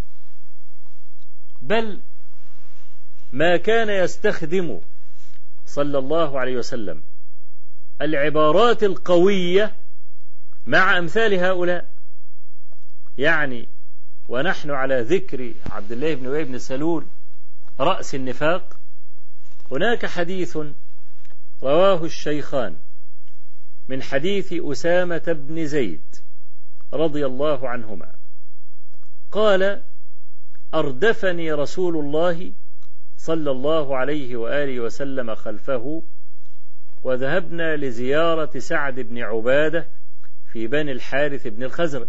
بل ما كان يستخدم صلى الله عليه وسلم العبارات القوية مع أمثال هؤلاء. يعني ونحن على ذكر عبد الله بن أبي بن سلول رأس النفاق، هناك حديث رواه الشيخان من حديث أسامة بن زيد رضي الله عنهما قال أردفني رسول الله صلى الله عليه وآله وسلم خلفه وذهبنا لزيارة سعد بن عبادة في بني الحارث بن الخزرج،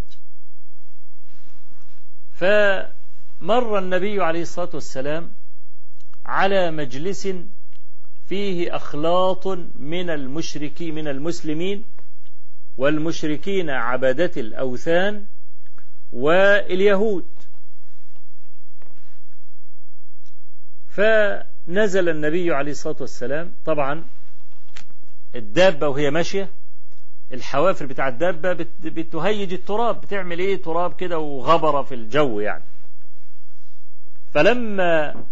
فمر النبي عليه الصلاة والسلام على مجلس فيه أخلاط من المشركين من المسلمين والمشركين عبدة الأوثان واليهود، فنزل النبي عليه الصلاة والسلام. طبعا الدابة وهي ماشية الحوافر بتاع الدابة بتهيج التراب، بتعمل ايه تراب كده وغبرة في الجو يعني. فلما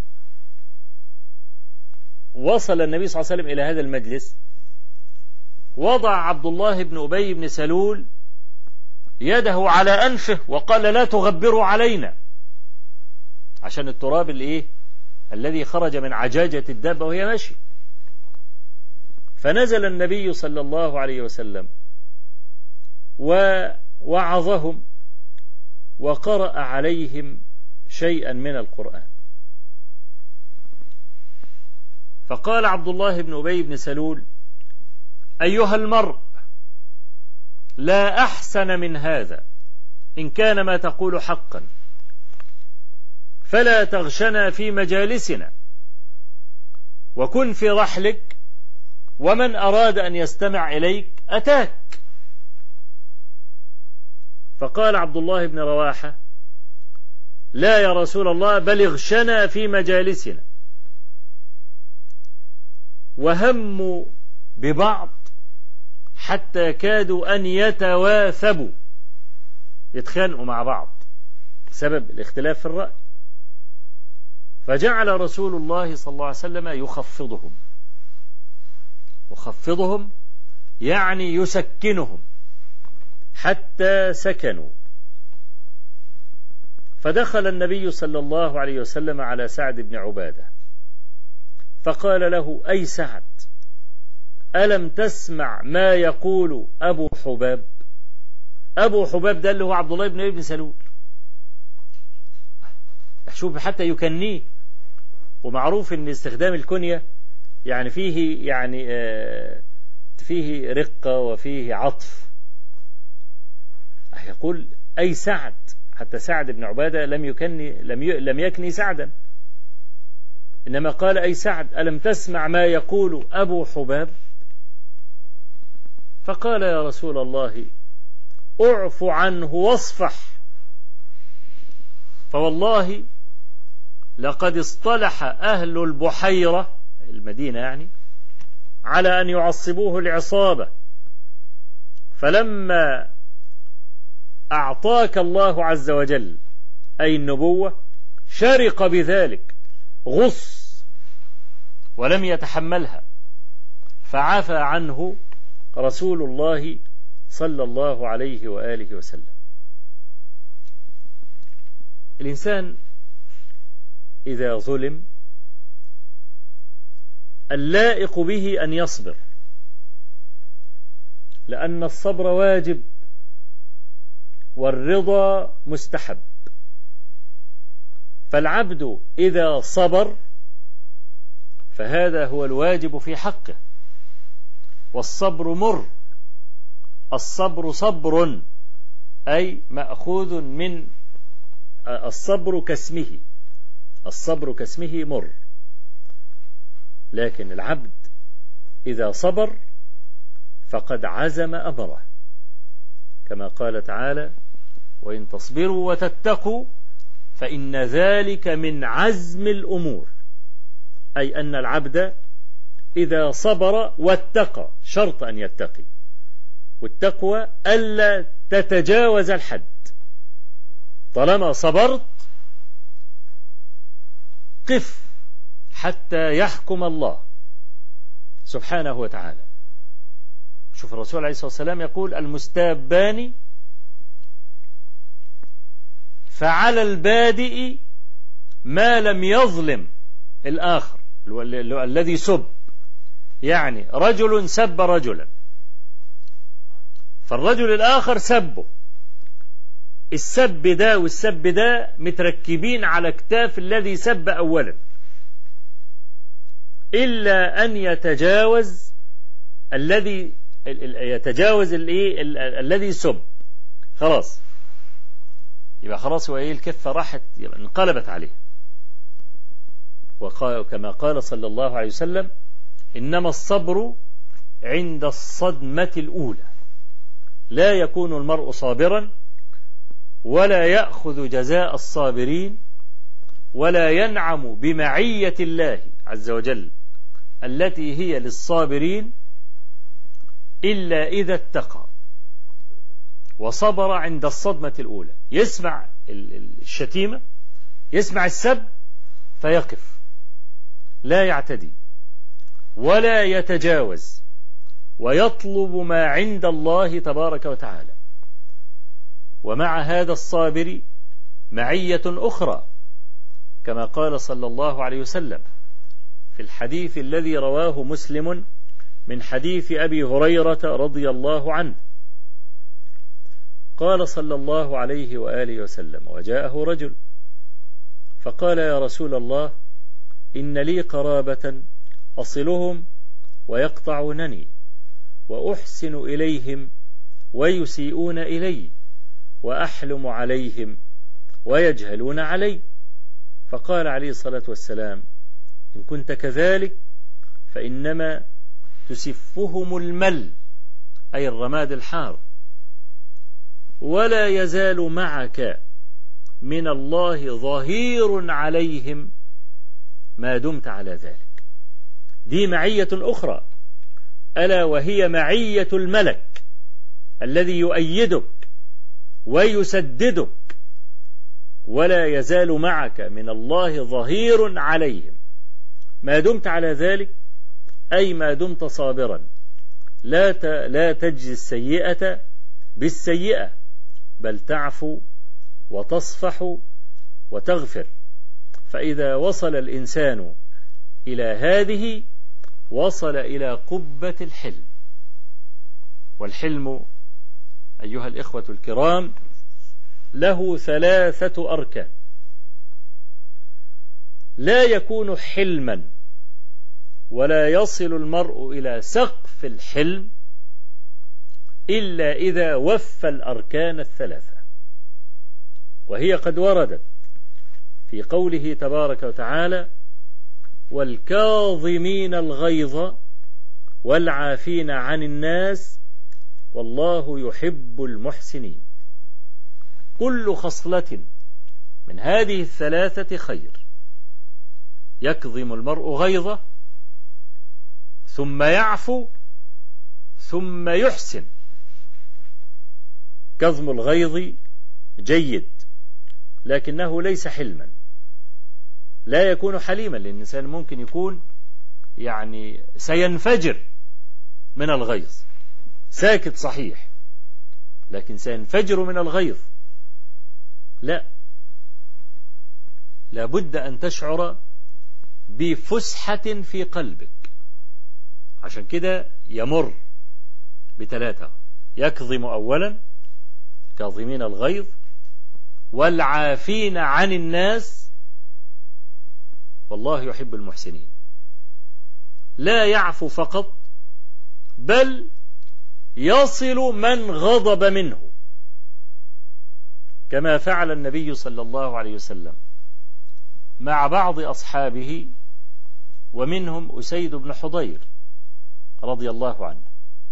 وصل النبي صلى الله عليه وسلم إلى هذا المجلس وضع عبد الله بن أبي بن سلول يده على أنفه وقال لا تغبروا علينا، عشان التراب اللي ايه الذي خرج من عجاجة الدابة وهي ماشية. فنزل النبي صلى الله عليه وسلم ووعظهم وقرأ عليهم شيئا من القرآن. فقال عبد الله بن أبي بن سلول أيها المرء لا أحسن من هذا إن كان ما تقول حقا، فلا تغشنا في مجالسنا وكن في رحلك، ومن أراد أن يستمع إليك أتاك. فقال عبد الله بن رواحة لا يا رسول الله بل اغشنا في مجالسنا. وهموا ببعض حتى كادوا أن يتواثبوا، يتخانقوا مع بعض بسبب الاختلاف في الرأي. فجعل رسول الله صلى الله عليه وسلم يخفضهم، يخفضهم يعني يسكنهم حتى سكنوا. فدخل النبي صلى الله عليه وسلم على سعد بن عبادة فقال له: أي سعد، ألم تسمع ما يقول أبو حباب؟ أبو حباب ده اللي هو عبد الله بن ابن سلول. شوف حتى يكنيه، ومعروف ان استخدام الكنية يعني فيه يعني آه فيه رقة وفيه عطف. يقول أي سعد، حتى سعد بن عبادة لم يكني لم لم يكني سعدا، إنما قال: أي سعد، ألم تسمع ما يقول أبو حباب؟ فقال: يا رسول الله أعف عنه واصفح، فوالله لقد اصطلح أهل البحيرة، المدينة يعني، على أن يعصبوه العصابة، فلما أعطاك الله عز وجل أي النبوة شرق بذلك، غص ولم يتحملها، فعفى عنه رسول الله صلى الله عليه وآله وسلم. الإنسان إذا ظلم اللائق به أن يصبر، لأن الصبر واجب والرضا مستحب. فالعبد إذا صبر فهذا هو الواجب في حقه، والصبر مر. الصبر صبر أي مأخوذ من الصبر كاسمه، الصبر كاسمه مر. لكن العبد إذا صبر فقد عزم أمره، كما قال تعالى: وإن تصبروا وتتقوا فإن ذلك من عزم الأمور. أي أن العبد إذا صبر واتقى، شرط أن يتقي، والتقوى ألا تتجاوز الحد. طالما صبرت قف حتى يحكم الله سبحانه وتعالى. شوف الرسول عليه الصلاة والسلام يقول: المستابان فعلى البادئ ما لم يظلم الآخر، الذي سب، يعني رجل سب رجلا، فالرجل الآخر سبه، السب ده والسب ده متركبين على كتاف الذي سب أولا، إلا أن يتجاوز الذي يتجاوز الايه الذي سب، خلاص يبقى خلاص هو ايه الكفة راحت، يبقى انقلبت عليه. وكما قال صلى الله عليه وسلم: إنما الصبر عند الصدمة الأولى. لا يكون المرء صابرا ولا يأخذ جزاء الصابرين ولا ينعم بمعية الله عز وجل التي هي للصابرين إلا إذا اتقى وصبر عند الصدمة الأولى. يسمع الشتيمة، يسمع السب، فيقف، لا يعتدي ولا يتجاوز، ويطلب ما عند الله تبارك وتعالى. ومع هذا الصابر معية أخرى، كما قال صلى الله عليه وسلم في الحديث الذي رواه مسلم من حديث أبي هريرة رضي الله عنه، قال صلى الله عليه وآله وسلم: وجاءه رجل فقال: يا رسول الله، إن لي قرابة أصلهم ويقطعونني، وأحسن إليهم ويسيئون إلي، وأحلم عليهم ويجهلون علي. فقال عليه الصلاة والسلام: إن كنت كذلك فإنما تسفهم المل، أي الرماد الحار، ولا يزال معك من الله ظهير عليهم ما دمت على ذلك. دي معية أخرى، ألا وهي معية الملك الذي يؤيدك ويسددك، ولا يزال معك من الله ظهير عليهم ما دمت على ذلك، أي ما دمت صابرا لا لا تجزي السيئة بالسيئة، بل تعفو وتصفح وتغفر. فإذا وصل الإنسان إلى هذه وصل إلى قبة الحلم. والحلم أيها الإخوة الكرام له ثلاثة أركان. لا يكون حلما ولا يصل المرء إلى سقف الحلم إلا إذا وفى الأركان الثلاثة، وهي قد وردت في قوله تبارك وتعالى: والكاظمين الغيظ والعافين عن الناس والله يحب المحسنين. كل خصلة من هذه الثلاثة خير. يكظم المرء غيظه ثم يعفو ثم يحسن. كظم الغيظ جيد لكنه ليس حلما. لا يكون حليما، لأن الإنسان ممكن يكون يعني سينفجر من الغيظ، ساكت صحيح لكن سينفجر من الغيظ. لا، لابد أن تشعر بفسحة في قلبك. عشان كده يمر بثلاثة: يكظم أولا، كاظمين الغيظ، والعافين عن الناس والله يحب المحسنين. لا يعفو فقط بل يصل من غضب منه، كما فعل النبي صلى الله عليه وسلم مع بعض أصحابه ومنهم أسيد بن حضير رضي الله عنه.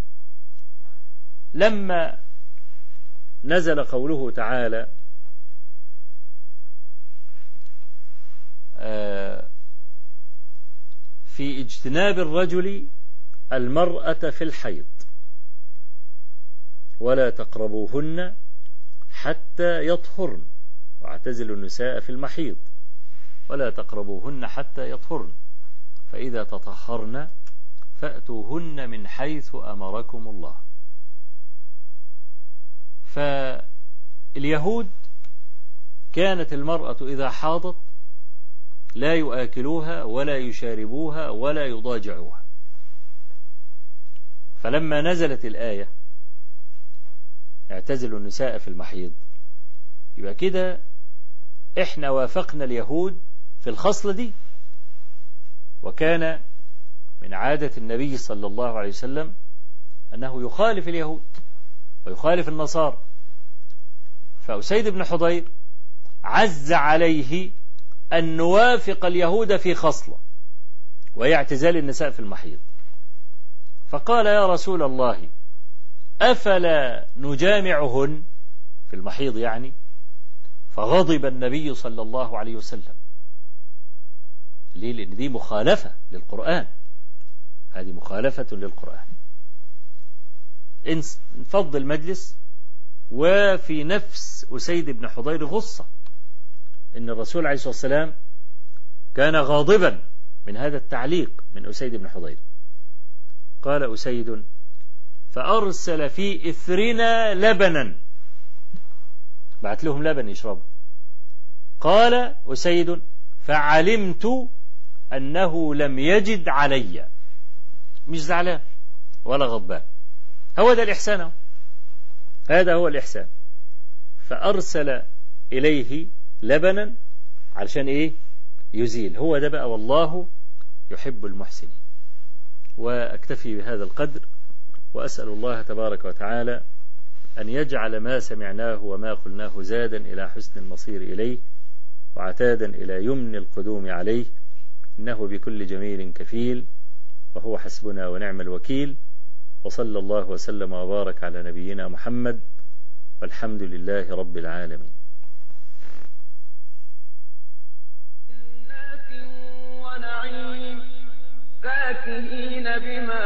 لما نزل قوله تعالى: في اجتناب الرجل المرأة في الحيض ولا تقربوهن حتى يطهرن واعتزلوا النساء في المحيض ولا تقربوهن حتى يطهرن فإذا تطهرن فأتوهن من حيث أمركم الله. فاليهود كانت المرأة إذا حاضت لا يؤكلوها ولا يشاربوها ولا يضاجعوها. فلما نزلت الآية اعتزلوا النساء في المحيض، يبقى كده احنا وافقنا اليهود في الخصلة دي. وكان من عادة النبي صلى الله عليه وسلم أنه يخالف اليهود ويخالف النصارى. فأسيد بن حضير عز عليه أن نوافق اليهود في خصلة وهي اعتزال النساء في المحيض. فقال: يا رسول الله، أفلا نجامعهن في المحيض يعني؟ فغضب النبي صلى الله عليه وسلم. ليه؟ لأن دي مخالفة للقرآن، هذه مخالفة للقرآن. انفض المجلس، وفي نفس أسيد بن حضير غصة إن الرسول عليه الصلاة والسلام كان غاضبا من هذا التعليق من أسيد بن حضير. قال أسيد: فأرسل في إثرنا لبنا، بعت لهم لبن يشربوا. قال أسيد: فعلمت أنه لم يجد علي، مش زعلان ولا غضبان. هو ده الإحسان، هذا هو الإحسان. فأرسل إليه لبنا علشان إيه؟ يزيل. هو ده بقى والله يحب المحسنين. وأكتفي بهذا القدر، وأسأل الله تبارك وتعالى أن يجعل ما سمعناه وما قلناه زادا إلى حسن المصير إليه وعتادا إلى يمن القدوم عليه، إنه بكل جميل كفيل وهو حسبنا ونعم الوكيل. وصلى الله وسلم وبارك على نبينا محمد، والحمد لله رب العالمين. فاكهين بما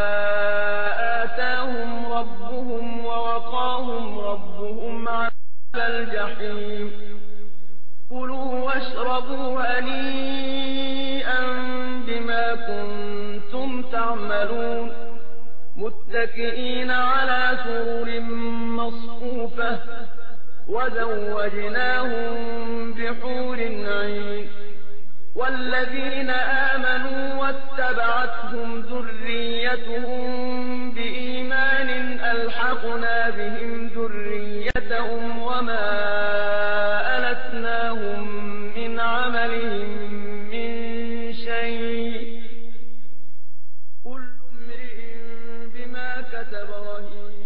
آتاهم ربهم ووقاهم ربهم عذاب الجحيم. كلوا واشربوا هنيئا بما كنتم تعملون، متكئين على سرر مصفوفة وزوجناهم بحور عين والذين آمنوا واتبعتهم ذريتهم بإيمان ألحقنا بهم ذريتهم وما ألتناهم من عملهم من شيء كل امرئ بما كسب رهين